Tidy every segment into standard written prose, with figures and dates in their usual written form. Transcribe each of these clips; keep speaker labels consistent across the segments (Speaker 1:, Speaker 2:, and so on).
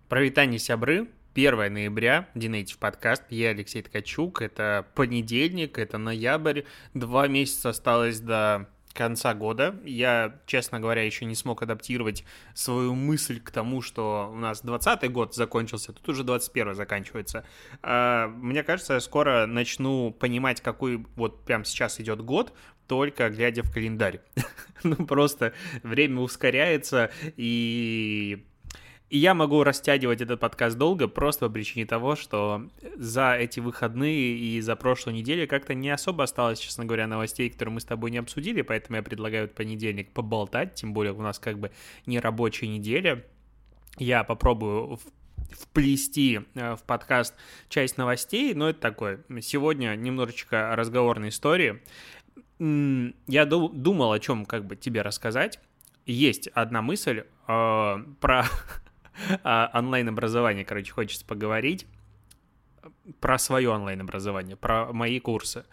Speaker 1: Провитание сябры, 1 ноября, Динейтив подкаст, я Алексей Ткачук, это понедельник, это ноябрь, 2 месяца осталось до конца года. Я, честно говоря, еще не смог адаптировать свою мысль к тому, что у нас 20-й год закончился, тут уже 21-й заканчивается. Мне кажется, я скоро начну понимать, какой вот прямо сейчас идет год, только глядя в календарь. Ну, просто время ускоряется, и я могу растягивать этот подкаст долго просто по причине того, что за эти выходные и за прошлую неделю как-то не особо осталось, честно говоря, новостей, которые мы с тобой не обсудили, поэтому я предлагаю в понедельник поболтать, тем более у нас как бы не рабочая неделя. Я попробую вплести в подкаст часть новостей, но это такое. Сегодня немножечко разговорной истории. Я думал, о чем как бы тебе рассказать. Есть одна мысль про онлайн-образование, короче, хочется поговорить про свое онлайн-образование, про мои курсы.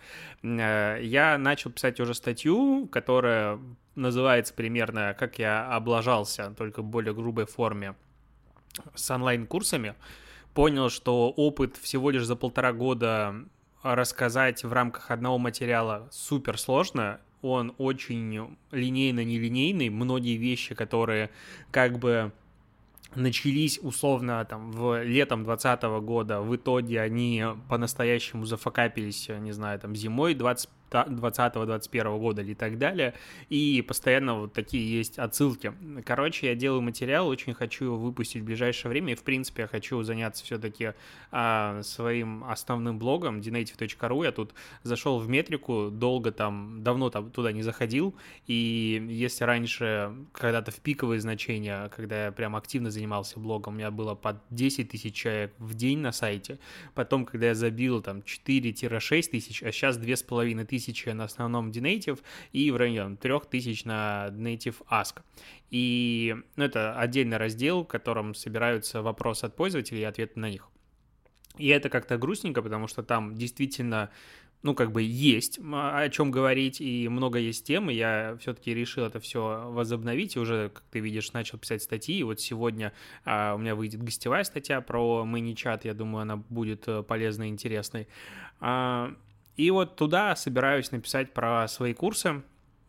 Speaker 1: Я начал писать уже статью, которая называется примерно «Как я облажался», только в более грубой форме, с онлайн-курсами. Понял, что опыт всего лишь за 1,5 года рассказать в рамках одного материала супер сложно. Он очень линейно-нелинейный. Многие вещи, которые как бы начались условно там летом 2020 года, в итоге они по-настоящему зафакапились, не знаю, там зимой 2020-2021 года или так далее, и постоянно вот такие есть отсылки. Короче, я делаю материал, очень хочу его выпустить в ближайшее время, и в принципе я хочу заняться все-таки своим основным блогом dinative.ru. Я тут зашел в метрику, давно туда не заходил, и если раньше когда-то в пиковые значения, когда я прям активно занимался блогом, у меня было под 10 тысяч человек в день на сайте, потом, когда я забил там 4-6 тысяч, а сейчас 2500 на основном Dnative и в районе 3000 на Native Ask. И это отдельный раздел, в котором собираются вопросы от пользователей и ответы на них. И это как-то грустненько, потому что там действительно как бы есть о чем говорить, и много есть тем, и я все-таки решил это все возобновить, и уже, как ты видишь, начал писать статьи, и вот сегодня у меня выйдет гостевая статья про ManyChat, я думаю, она будет полезной и интересной. И вот туда собираюсь написать про свои курсы.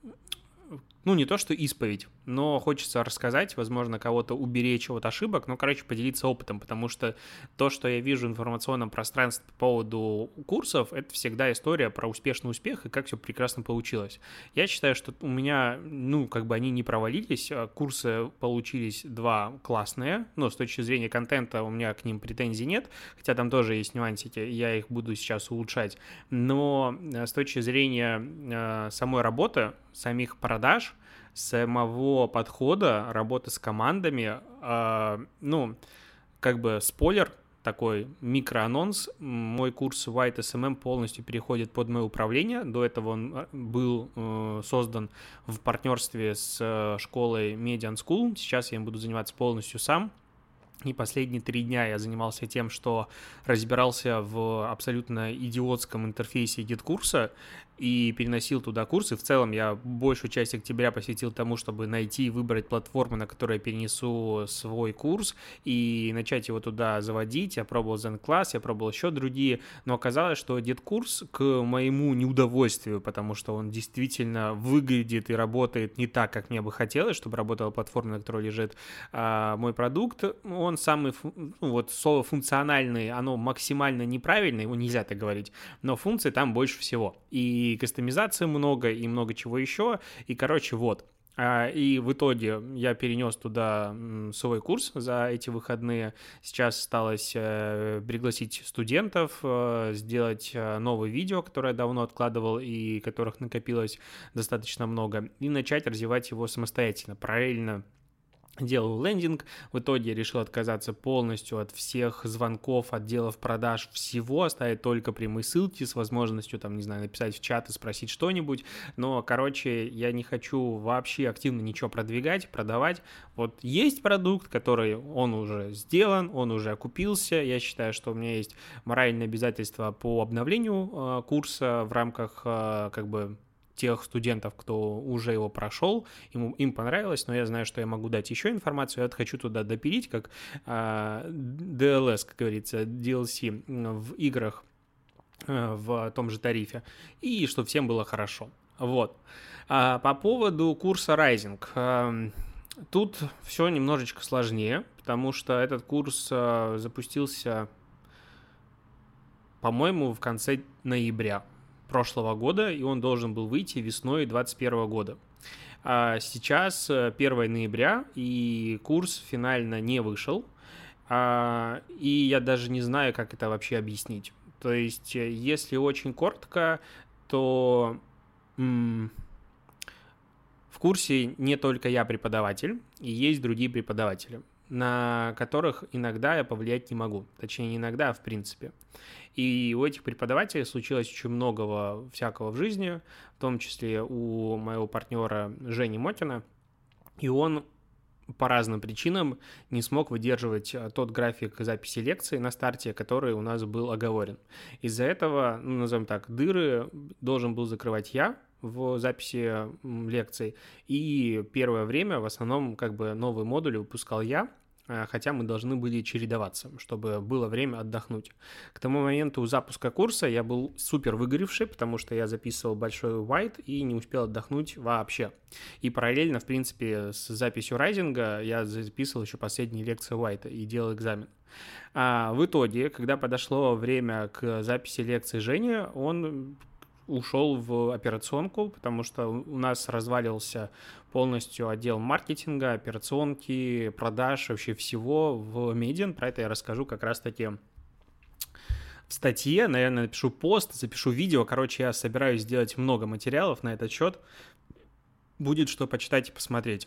Speaker 1: Не то что исповедь, но хочется рассказать, возможно, кого-то уберечь от ошибок, поделиться опытом, потому что то, что я вижу в информационном пространстве по поводу курсов, это всегда история про успешный успех и как все прекрасно получилось. Я считаю, что у меня, они не провалились, курсы получились 2 классные, с точки зрения контента у меня к ним претензий нет, хотя там тоже есть нюансики, я их буду сейчас улучшать, но с точки зрения самой работы, самих продаж, самого подхода, работы с командами, спойлер, такой микроанонс, мой курс White SMM полностью переходит под мое управление, до этого он был создан в партнерстве с школой Median School, сейчас я им буду заниматься полностью сам. И последние 3 дня я занимался тем, что разбирался в абсолютно идиотском интерфейсе гид-курса и переносил туда курсы. В целом я большую часть октября посвятил тому, чтобы найти и выбрать платформу, на которой я перенесу свой курс и начать его туда заводить. Я пробовал Zen-класс, я пробовал еще другие, но оказалось, что гид-курс к моему неудовольствию, потому что он действительно выглядит и работает не так, как мне бы хотелось, чтобы работала платформа, на которой лежит мой продукт. Он самый, слово функциональный, оно максимально неправильное, его нельзя так говорить, но функций там больше всего. И кастомизации много, и много чего еще, и, И в итоге я перенес туда свой курс за эти выходные. Сейчас осталось пригласить студентов, сделать новое видео, которое я давно откладывал и которых накопилось достаточно много, и начать развивать его самостоятельно, параллельно. Делал лендинг, в итоге я решил отказаться полностью от всех звонков, отделов продаж, всего, оставить только прямые ссылки с возможностью, написать в чат и спросить что-нибудь, но, я не хочу вообще активно ничего продвигать, продавать. Вот есть продукт, который он уже сделан, он уже окупился, я считаю, что у меня есть моральное обязательство по обновлению курса в рамках, тех студентов, кто уже его прошел, им понравилось, но я знаю, что я могу дать еще информацию, я хочу туда допилить, как DLS, как говорится, DLC в играх в том же тарифе, и чтобы всем было хорошо. Вот. По поводу курса Rising. Тут все немножечко сложнее, потому что этот курс запустился, по-моему, в конце ноября прошлого года, и он должен был выйти весной 2021 года. Сейчас 1 ноября, и курс финально не вышел, и я даже не знаю, как это вообще объяснить. То есть, если очень коротко, то в курсе не только я преподаватель, и есть другие преподаватели, на которых иногда я повлиять не могу. Точнее, не иногда, а в принципе. И у этих преподавателей случилось очень многого всякого в жизни, в том числе у моего партнера Жени Мотина, и он по разным причинам не смог выдерживать тот график записи лекций на старте, который у нас был оговорен. Из-за этого, назовем так, дыры должен был закрывать я в записи лекций, и первое время в основном как бы новые модули выпускал я, хотя мы должны были чередоваться, чтобы было время отдохнуть. К тому моменту запуска курса я был супер выгоревший, потому что я записывал большой white и не успел отдохнуть вообще. И параллельно, в принципе, с записью райзинга я записывал еще последние лекции white и делал экзамен. В итоге, когда подошло время к записи лекции Жени, он ушел в операционку, потому что у нас разваливался полностью отдел маркетинга, операционки, продаж, вообще всего в Median. Про это я расскажу как раз-таки в статье. Наверное, напишу пост, запишу видео. Короче, я собираюсь сделать много материалов на этот счет. Будет что почитать и посмотреть.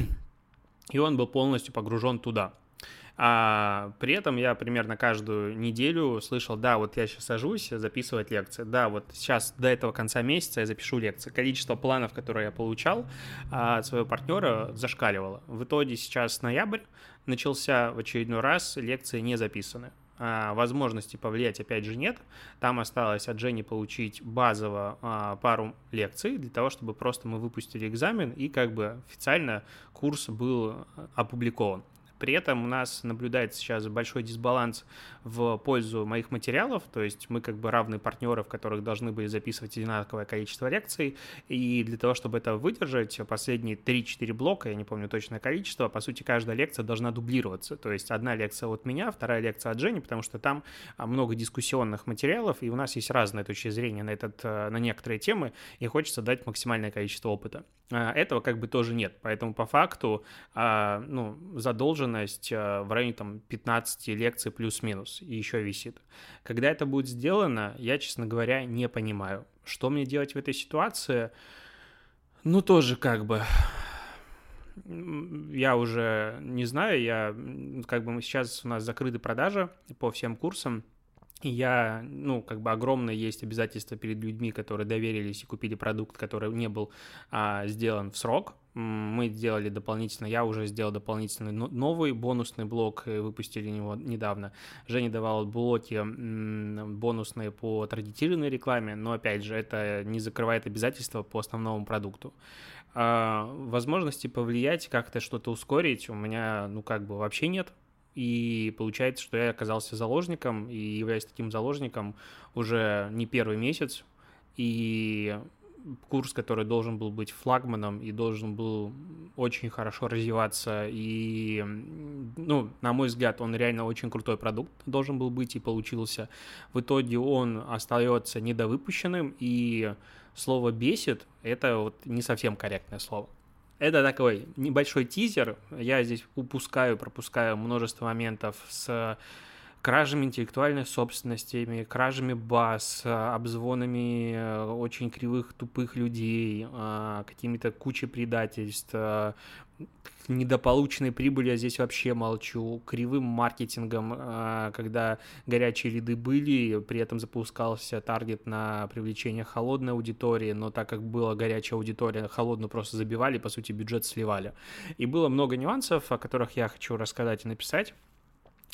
Speaker 1: И он был полностью погружен туда. При этом я примерно каждую неделю слышал, да, вот я сейчас сажусь записывать лекции, да, вот сейчас до этого конца месяца я запишу лекции. Количество планов, которые я получал от своего партнера, зашкаливало. В итоге сейчас ноябрь начался в очередной раз, лекции не записаны. Возможности повлиять опять же нет. Там осталось от Жени получить базово пару лекций для того, чтобы просто мы выпустили экзамен и как бы официально курс был опубликован. При этом у нас наблюдается сейчас большой дисбаланс в пользу моих материалов, то есть мы как бы равные партнеры, в которых должны были записывать одинаковое количество лекций, и для того, чтобы это выдержать, последние 3-4 блока, я не помню точное количество, по сути, каждая лекция должна дублироваться, то есть одна лекция от меня, вторая лекция от Жени, потому что там много дискуссионных материалов, и у нас есть разные точки зрения на некоторые темы, и хочется дать максимальное количество опыта. Этого как бы тоже нет, поэтому по факту задолженность в районе там 15 лекций плюс-минус и еще висит. Когда это будет сделано, я, честно говоря, не понимаю. Что мне делать в этой ситуации? Тоже как бы... Я уже не знаю, как бы сейчас у нас закрыты продажи по всем курсам, я, как бы огромное есть обязательства перед людьми, которые доверились и купили продукт, который не был сделан в срок. Мы сделали дополнительно, я уже сделал дополнительный новый бонусный блок, выпустили его недавно. Женя давал блоки бонусные по таргетированной рекламе, но, опять же, это не закрывает обязательства по основному продукту. Возможности повлиять, как-то что-то ускорить у меня, как бы вообще нет. И получается, что я оказался заложником и являюсь таким заложником уже не первый месяц. И курс, который должен был быть флагманом и должен был очень хорошо развиваться, и, на мой взгляд, он реально очень крутой продукт должен был быть и получился. В итоге он остается недовыпущенным, и слово «бесит» — это вот не совсем корректное слово. Это такой небольшой тизер. Я здесь пропускаю множество моментов с кражами интеллектуальной собственности, кражами баз, обзвонами очень кривых, тупых людей, какими-то кучей предательств, недополученной прибыли, я здесь вообще молчу, кривым маркетингом, когда горячие лиды были, при этом запускался таргет на привлечение холодной аудитории, но так как была горячая аудитория, холодную просто забивали, по сути, бюджет сливали. И было много нюансов, о которых я хочу рассказать и написать.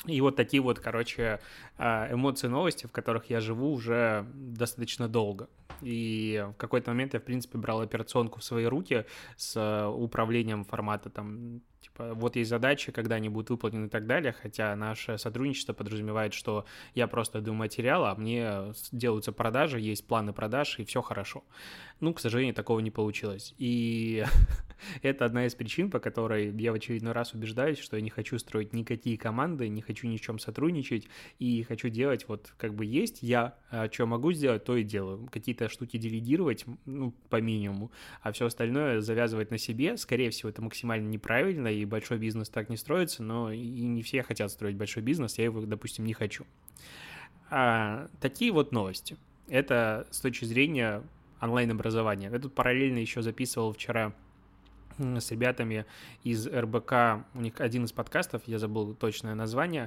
Speaker 1: И вот такие вот, короче, эмоции, новости, в которых я живу уже достаточно долго. И в какой-то момент я, в принципе, брал операционку в свои руки с управлением формата там, типа, вот есть задачи, когда они будут выполнены и так далее, хотя наше сотрудничество подразумевает, что я просто даю материал, а мне делаются продажи, есть планы продаж, и все хорошо. Ну, к сожалению, такого не получилось. И это одна из причин, по которой я в очередной раз убеждаюсь, что я не хочу строить никакие команды, не хочу ни в чем сотрудничать, и хочу делать вот как бы есть я, что могу сделать, то и делаю. Какие-то штуки делегировать, ну, по минимуму, а все остальное завязывать на себе. Скорее всего, это максимально неправильно, и большой бизнес так не строится, но и не все хотят строить большой бизнес, я его, допустим, не хочу. Такие вот новости. Это с точки зрения онлайн-образования. Я тут параллельно еще записывал вчера с ребятами из РБК, у них один из подкастов, я забыл точное название,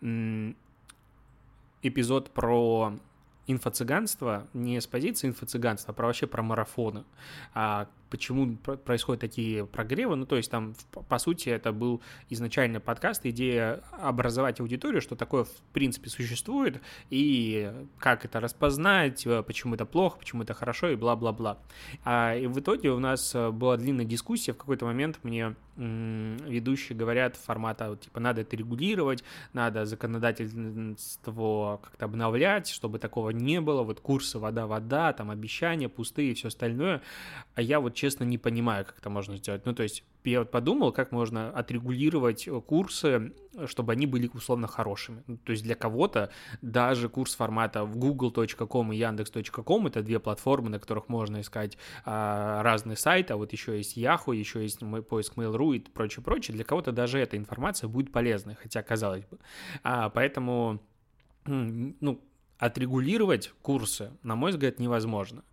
Speaker 1: эпизод про инфо-цыганство, не с позиции инфо-цыганства, а вообще про марафоны. Почему происходят такие прогревы? Ну, то есть там, по сути, это был изначально подкаст, идея образовать аудиторию, что такое, в принципе, существует, и как это распознать, почему это плохо, почему это хорошо, и бла-бла-бла. И в итоге у нас была длинная дискуссия, в какой-то момент мне ведущие говорят формата, типа, надо это регулировать, надо законодательство как-то обновлять, чтобы такого не было, вот курсы вода-вода, там обещания пустые и все остальное, а я вот честно не понимаю, как это можно сделать. Ну, то есть я вот подумал, как можно отрегулировать курсы, чтобы они были условно хорошими. Ну, то есть для кого-то даже курс формата в google.com и yandex.com — это две платформы, на которых можно искать разные сайты, а вот еще есть Yahoo, еще есть поиск Mail.ru и прочее. Для кого-то даже эта информация будет полезной, хотя казалось бы. Поэтому, ну, отрегулировать курсы, на мой взгляд, невозможно.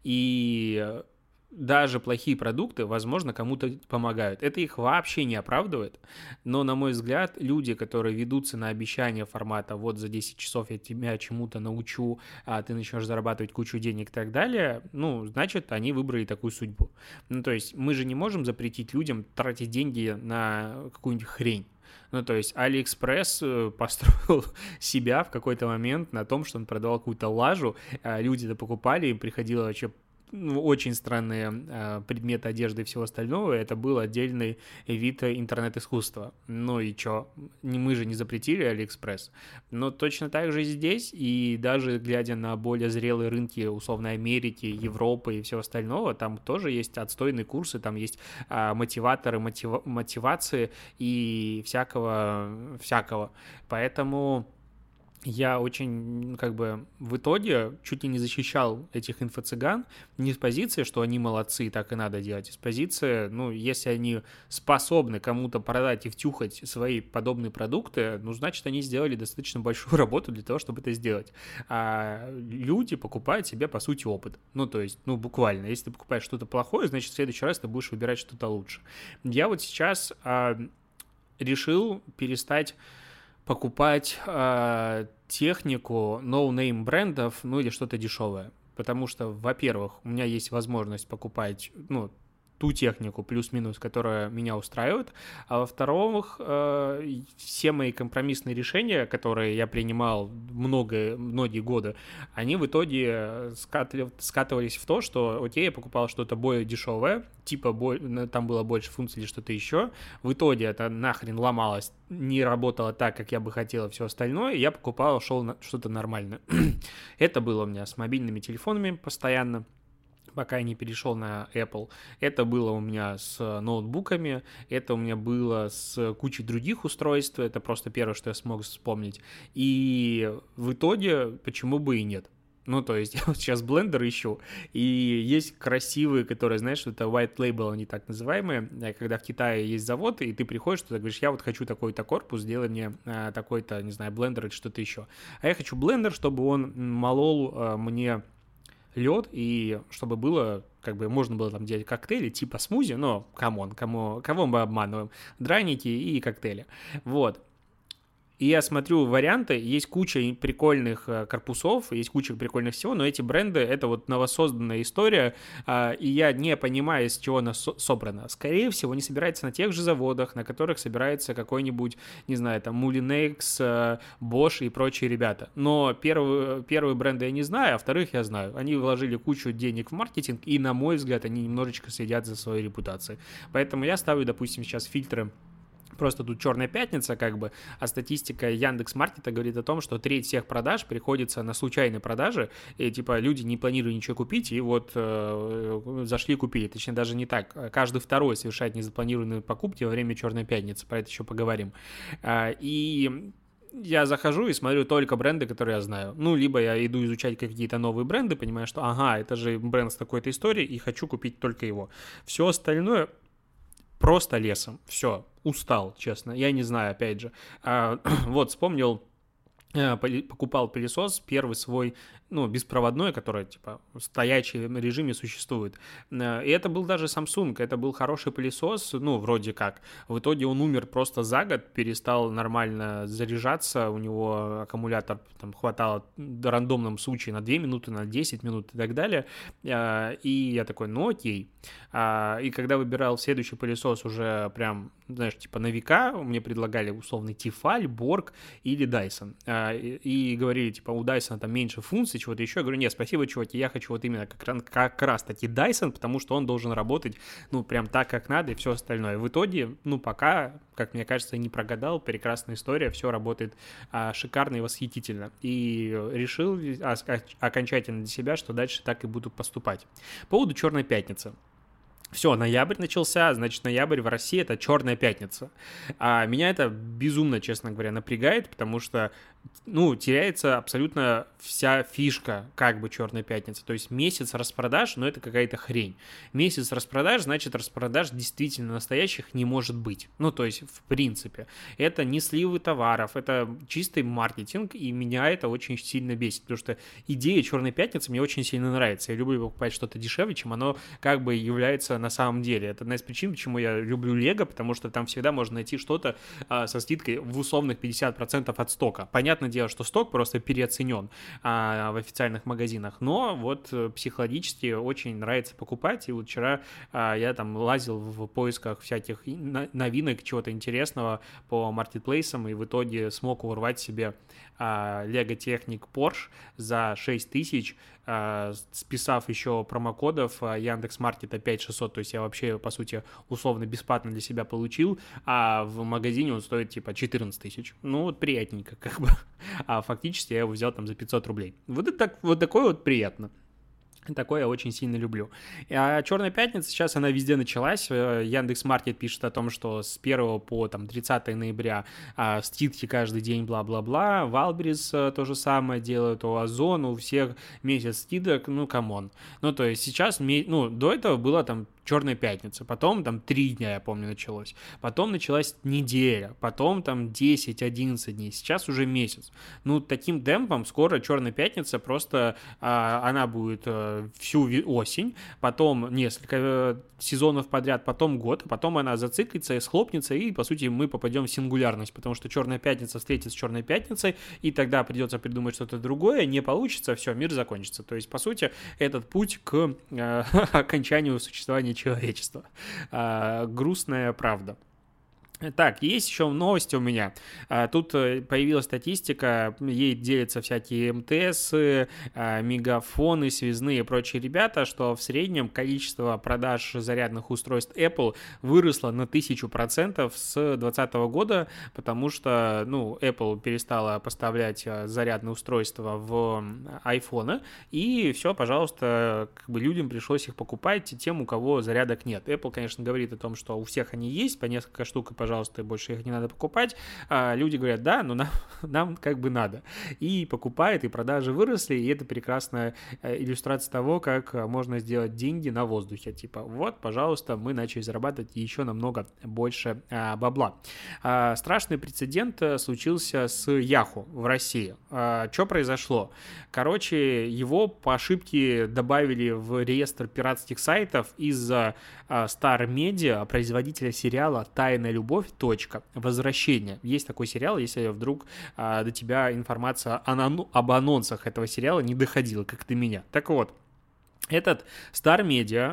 Speaker 1: И даже плохие продукты, возможно, кому-то помогают. Это их вообще не оправдывает, но, на мой взгляд, люди, которые ведутся на обещания формата «вот за 10 часов я тебя чему-то научу, а ты начнешь зарабатывать кучу денег» и так далее, ну, значит, они выбрали такую судьбу. Ну, то есть мы же не можем запретить людям тратить деньги на какую-нибудь хрень. Ну, то есть AliExpress построил себя в какой-то момент на том, что он продавал какую-то лажу, люди это покупали, им приходило вообще очень странные предметы одежды и всего остального, это был отдельный вид интернет-искусства. Ну и чё, мы же не запретили AliExpress. Но точно так же и здесь, и даже глядя на более зрелые рынки условной Америки, Европы и всего остального, там тоже есть отстойные курсы, там есть мотиваторы, мотивации и всякого. Поэтому я очень, как бы, в итоге чуть ли не защищал этих инфо-цыган не с позиции, что они молодцы, так и надо делать, а с позиции, ну, если они способны кому-то продать и втюхать свои подобные продукты, ну, значит, они сделали достаточно большую работу для того, чтобы это сделать. А люди покупают себе, по сути, опыт. Ну, то есть, ну, буквально, если ты покупаешь что-то плохое, значит, в следующий раз ты будешь выбирать что-то лучше. Я вот сейчас решил перестать покупать технику no-name брендов, ну или что-то дешевое. Потому что, во-первых, у меня есть возможность покупать, ну, ту технику плюс-минус, которая меня устраивает, а во-вторых, все мои компромиссные решения, которые я принимал многие годы, они в итоге скатывались в то, что, окей, я покупал что-то более дешевое, типа там было больше функций или что-то еще, в итоге это нахрен ломалось, не работало так, как я бы хотел, и все остальное, и я покупал, шел на что-то нормальное. Это было у меня с мобильными телефонами постоянно, пока я не перешел на Apple. Это было у меня с ноутбуками, это у меня было с кучей других устройств, это просто первое, что я смог вспомнить. И в итоге, почему бы и нет? Ну, то есть, я вот сейчас Blender ищу, и есть красивые, которые, знаешь, что это white label, они так называемые, когда в Китае есть завод, и ты приходишь, ты говоришь, я вот хочу такой-то корпус, сделай мне такой-то, не знаю, Blender или что-то еще. А я хочу Blender, чтобы он молол мне лед, и чтобы было, как бы, можно было там делать коктейли типа смузи, но, камон, кого мы обманываем, драники и коктейли, вот. И я смотрю варианты, есть куча прикольных корпусов, есть куча прикольных всего, но эти бренды — это вот новосозданная история, и я не понимаю, из чего она собрана. Скорее всего, не собирается на тех же заводах, на которых собирается какой-нибудь, не знаю, там, Moulinex, Bosch и прочие ребята. Но первые бренды я не знаю, а вторых я знаю. Они вложили кучу денег в маркетинг, и, на мой взгляд, они немножечко следят за своей репутацией. Поэтому я ставлю, допустим, сейчас фильтры. Просто тут черная пятница, как бы, а статистика Яндекс.Маркета говорит о том, что треть всех продаж приходится на случайные продажи, и, типа, люди не планируют ничего купить, и вот зашли и купили. Точнее, даже не так. Каждый второй совершает незапланированные покупки во время черной пятницы, про это еще поговорим. И я захожу и смотрю только бренды, которые я знаю. Ну, либо я иду изучать какие-то новые бренды, понимаю, что, ага, это же бренд с такой-то историей, и хочу купить только его. Все остальное просто лесом. Все, устал, честно. Я не знаю, опять же. Вот, вспомнил, покупал пылесос, первый свой, ну, беспроводной, который, типа, в стоячем режиме существует. И это был даже Samsung, это был хороший пылесос, ну, вроде как. В итоге он умер просто за год, перестал нормально заряжаться, у него аккумулятор там хватало в рандомном случае на 2 минуты, на 10 минут и так далее. И я такой, ну, окей. И когда выбирал следующий пылесос уже прям, знаешь, типа на века, мне предлагали условный Tefal, Borg или Dyson. И говорили, типа, у Dyson там меньше функций, чего-то еще. Я говорю, нет, спасибо, чуваки, я хочу вот именно как раз таки Dyson, потому что он должен работать, ну, прям так, как надо, и все остальное. В итоге, ну, пока, как мне кажется, не прогадал, прекрасная история, все работает шикарно и восхитительно. И решил окончательно для себя, что дальше так и буду поступать. По поводу «Черной пятницы». Все, ноябрь начался, значит, ноябрь в России — это черная пятница. А меня это безумно, честно говоря, напрягает, потому что, ну, теряется абсолютно вся фишка, как бы, черной пятницы. То есть месяц распродаж, но это какая-то хрень. Месяц распродаж, значит, распродаж действительно настоящих не может быть. Ну, то есть, в принципе. Это не сливы товаров, это чистый маркетинг, и меня это очень сильно бесит, потому что идея черной пятницы мне очень сильно нравится. Я люблю покупать что-то дешевле, чем оно как бы является на самом деле. Это одна из причин, почему я люблю Лего, потому что там всегда можно найти что-то со скидкой в условных 50% от стока. Понятное дело, что сток просто переоценен в официальных магазинах, но вот психологически очень нравится покупать, и вот вчера я там лазил в поисках всяких новинок, чего-то интересного по маркетплейсам, и в итоге смог урвать себе Lego Technic Porsche за 6 тысяч, списав еще промокодов Яндекс.Маркета 5600, то есть я вообще, по сути, условно бесплатно для себя получил, а в магазине он стоит типа 14 тысяч. Ну, вот приятненько, как бы. А фактически я его взял там за 500 рублей. Вот это так, вот такое вот приятно. Такое я очень сильно люблю. А «Черная пятница» сейчас, она везде началась. Яндекс.Маркет пишет о том, что с 1 по там, 30 ноября скидки каждый день, бла-бла-бла. Валберис то же самое делают, у Озон, у всех месяц скидок, ну, камон. Ну, то есть сейчас, ну, до этого было там «Черная пятница», потом там 3 дня, я помню, началось, потом началась неделя, потом там 10-11 дней, сейчас уже месяц. Ну, таким темпом скоро «Черная пятница» просто, она будет всю осень, потом несколько сезонов подряд, потом год, а потом она зациклится и схлопнется, и, по сути, мы попадем в сингулярность, потому что «Черная пятница» встретится с «Черной пятницей», и тогда придется придумать что-то другое, не получится, все, мир закончится. То есть, по сути, этот путь к окончанию существования человечества. Грустная правда. Так, есть еще новости у меня. Тут появилась статистика, ей делятся всякие МТС, мегафоны, связные и прочие ребята, что в среднем количество продаж зарядных устройств Apple выросло на 1000% с 2020 года, потому что, ну, Apple перестала поставлять зарядные устройства в iPhone, и все, пожалуйста, как бы людям пришлось их покупать, тем, у кого зарядок нет. Apple, конечно, говорит о том, что у всех они есть, по несколько штук, и, пожалуйста, больше их не надо покупать. Люди говорят, да, но нам как бы надо. И покупают, и продажи выросли, и это прекрасная иллюстрация того, как можно сделать деньги на воздухе. Типа, вот, пожалуйста, мы начали зарабатывать еще намного больше бабла. Страшный прецедент случился с Yahoo в России. Что произошло? Короче, его по ошибке добавили в реестр пиратских сайтов из-за Star Media, производителя сериала «Тайная любовь», Любовь. Точка. Возвращение. Есть такой сериал, если вдруг до тебя информация об анонсах этого сериала не доходила, как до меня. Так вот, этот Star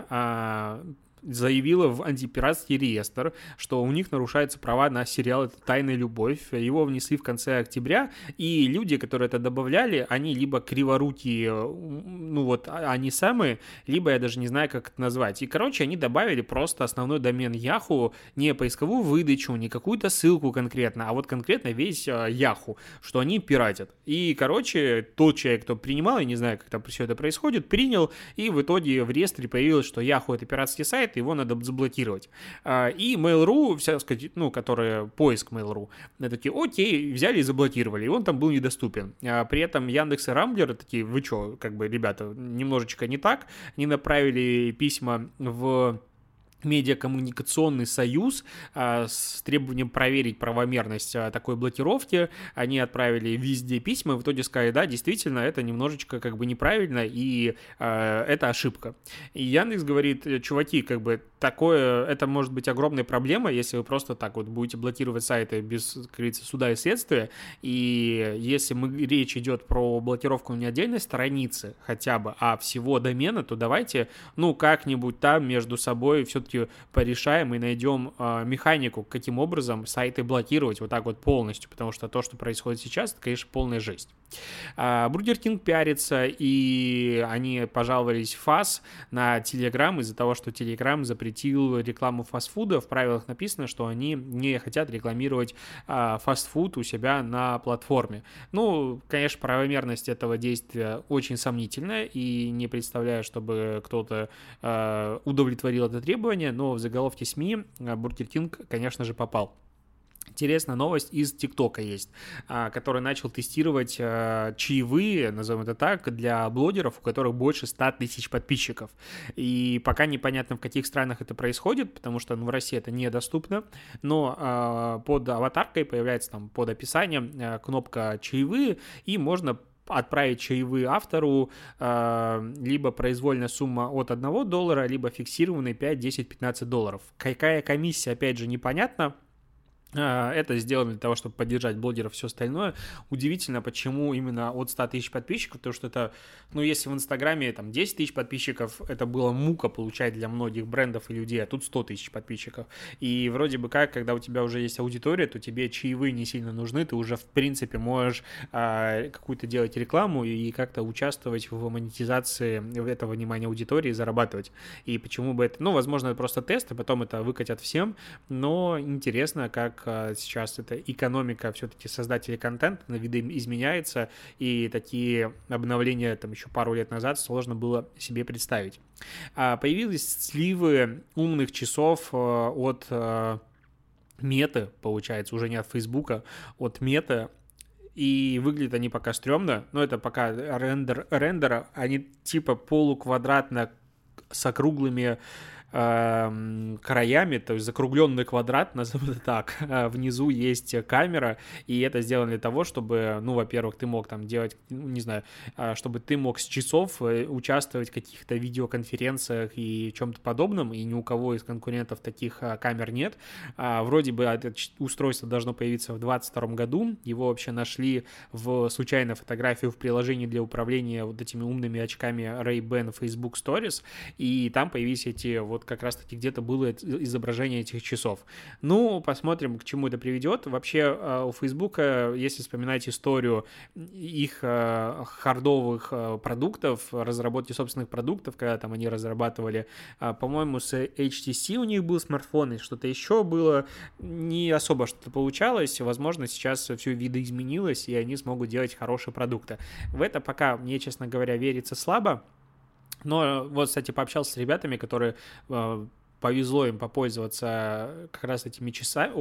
Speaker 1: Media заявила в антипиратский реестр, что у них нарушаются права на сериал «Это тайная любовь». Его внесли в конце октября, и люди, которые это добавляли, они либо криворукие, ну вот они самые, либо я даже не знаю, как это назвать. И, короче, они добавили просто основной домен Yahoo, не поисковую выдачу, не какую-то ссылку конкретно, а вот конкретно весь Yahoo, что они пиратят. И, короче, тот человек, кто принимал, я не знаю, как там все это происходит, принял, и в итоге в реестре появилось, что Yahoo — это пиратский сайт, его надо заблокировать. И Mail.ru, вся сказать, ну, которая поиск Mail.ru, такие, окей, взяли и заблокировали, и он там был недоступен. При этом Яндекс и Рамблер такие, вы что, как бы, ребята, немножечко не так, они направили письма в медиакоммуникационный союз с требованием проверить правомерность такой блокировки. Они отправили везде письма, и в итоге сказали, да, действительно, это немножечко как бы неправильно, и это ошибка. И Яндекс говорит, чуваки, как бы такое, это может быть огромная проблема, если вы просто так вот будете блокировать сайты без, как говорится, суда и следствия, и если речь идет про блокировку не отдельной страницы хотя бы, а всего домена, то давайте, ну, как-нибудь там между собой все-таки порешаем и найдем механику, каким образом сайты блокировать вот так вот полностью, потому что то, что происходит сейчас, это, конечно, полная жесть. Бургер Кинг пиарится, и они пожаловались в ФАС на Телеграм из-за того, что Телеграм запретил рекламу фастфуда. В правилах написано, что они не хотят рекламировать фастфуд у себя на платформе. Ну, конечно, правомерность этого действия очень сомнительная, и не представляю, чтобы кто-то удовлетворил это требование, но в заголовке СМИ Бургер Кинг, конечно же, попал. Интересная новость из ТикТока есть, который начал тестировать чаевые, назовем это так, для блогеров, у которых больше 100 тысяч подписчиков. И пока непонятно, в каких странах это происходит, потому что в России это недоступно, но под аватаркой появляется там под описанием кнопка «Чаевые», и можно отправить чаевые автору, либо произвольная сумма от $1, либо фиксированные 5, 10, 15 долларов. Какая комиссия, опять же, непонятно. Это сделано для того, чтобы поддержать блогеров, все остальное. Удивительно, почему именно от 100 тысяч подписчиков, потому что это, ну, если в Инстаграме там 10 тысяч подписчиков, это было мука получать для многих брендов и людей, а тут 100 тысяч подписчиков. И вроде бы как, когда у тебя уже есть аудитория, то тебе чаевые не сильно нужны, ты уже, в принципе, можешь какую-то делать рекламу и как-то участвовать в монетизации этого внимания аудитории и зарабатывать. И почему бы это, ну, возможно, это просто тест, а потом это выкатят всем, но интересно, как сейчас эта экономика все-таки создателей контента на видоизменяется, и такие обновления там еще пару лет назад сложно было себе представить. Появились сливы умных часов от Меты, получается, уже не от Фейсбука, от Меты, и выглядят они пока стрёмно, но это пока рендера, они типа полуквадратно с округлыми краями, то есть закругленный квадрат, назовем это так. Внизу есть камера, и это сделано для того, чтобы, ну, во-первых, ты мог там делать, не знаю, чтобы ты мог с часов участвовать в каких-то видеоконференциях и чем-то подобном, и ни у кого из конкурентов таких камер нет. Вроде бы это устройство должно появиться в 2022 году, его вообще нашли в случайной фотографии в приложении для управления вот этими умными очками Ray-Ban Facebook Stories, и там появились эти вот как раз-таки где-то было изображение этих часов. Ну, посмотрим, к чему это приведет. Вообще, у Фейсбука, если вспоминать историю их хардовых продуктов, разработки собственных продуктов, когда там они разрабатывали, по-моему, с HTC у них был смартфон, и что-то еще было, не особо что-то получалось. Возможно, сейчас все видоизменилось, и они смогут делать хорошие продукты. В это пока мне, честно говоря, верится слабо. Но вот, кстати, пообщался с ребятами, которые повезло им попользоваться как раз этими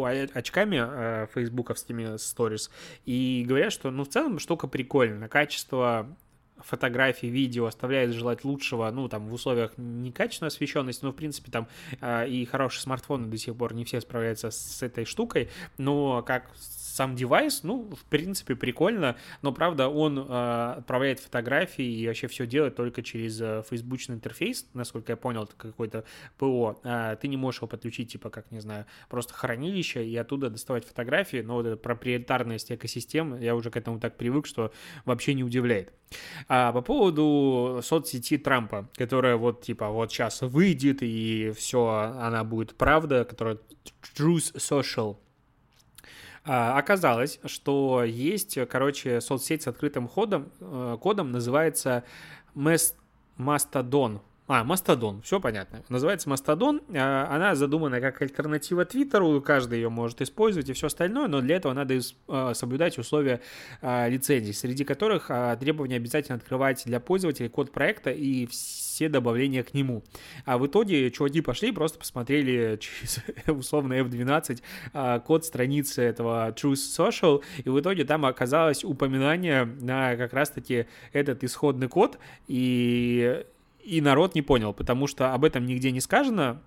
Speaker 1: очками фейсбуковскими Stories, и говорят, что, ну, в целом штука прикольная, качество фотографий, видео оставляет желать лучшего, ну, там, в условиях некачественной освещенности, ну, в принципе, там и хорошие смартфоны до сих пор не все справляются с этой штукой, но как сам девайс, ну, в принципе, прикольно, но, правда, он отправляет фотографии и вообще все делает только через фейсбучный интерфейс, насколько я понял, это какой-то ПО. Ты не можешь его подключить, типа, как, не знаю, просто хранилище и оттуда доставать фотографии, но вот эта проприетарность экосистемы, я уже к этому так привык, что вообще не удивляет. По поводу соцсети Трампа, которая вот, типа, вот сейчас выйдет, и все, она будет правда, которая Truth Social. Оказалось, что есть, короче, соцсеть с открытым кодом, называется Mastodon. Mastodon, все понятно. Называется Mastodon. Она задумана как альтернатива Твиттеру, каждый ее может использовать и все остальное, но для этого надо соблюдать условия лицензий, среди которых требование обязательно открывать для пользователей код проекта и все добавления к нему. А в итоге чуваки пошли, просто посмотрели через условно F12 код страницы этого Truth Social, и в итоге там оказалось упоминание на как раз-таки этот исходный код, и народ не понял, потому что об этом нигде не сказано.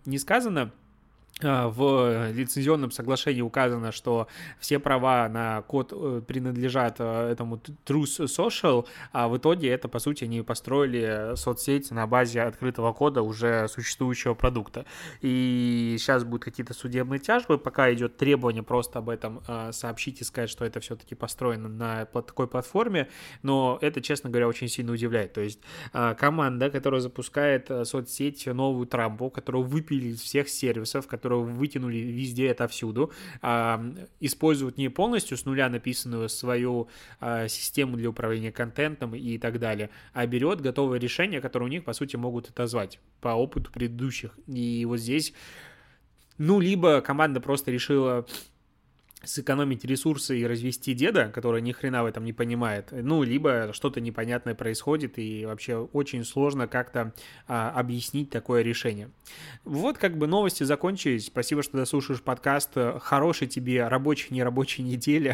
Speaker 1: В лицензионном соглашении указано, что все права на код принадлежат этому Truth Social, а в итоге это, по сути, они построили соцсеть на базе открытого кода уже существующего продукта. И сейчас будут какие-то судебные тяжбы, пока идет требование просто об этом сообщить и сказать, что это все-таки построено на такой платформе, но это, честно говоря, очень сильно удивляет. То есть команда, которая запускает соцсеть новую Трампу, которую выпилили из всех сервисов, которую вытянули везде отовсюду, используют не полностью с нуля написанную свою систему для управления контентом и так далее, а берет готовое решение, которое у них, по сути, могут отозвать по опыту предыдущих. И вот здесь, ну, либо команда просто решила сэкономить ресурсы и развести деда, который ни хрена в этом не понимает, ну, либо что-то непонятное происходит, и вообще очень сложно как-то объяснить такое решение. Вот как бы новости закончились. Спасибо, что дослушаешь подкаст. Хорошей тебе рабочей, нерабочей недели.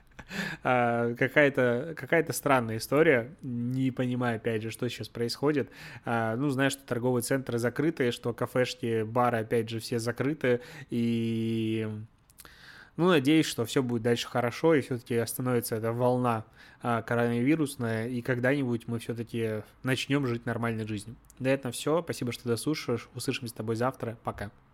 Speaker 1: Какая-то странная история. Не понимаю, опять же, что сейчас происходит. Ну, знаешь, что торговые центры закрыты, что кафешки, бары, опять же, все закрыты, и... Ну, надеюсь, что все будет дальше хорошо, и все-таки остановится эта волна коронавирусная, и когда-нибудь мы все-таки начнем жить нормальной жизнью. На этом все. Спасибо, что дослушаешь. Услышимся с тобой завтра. Пока.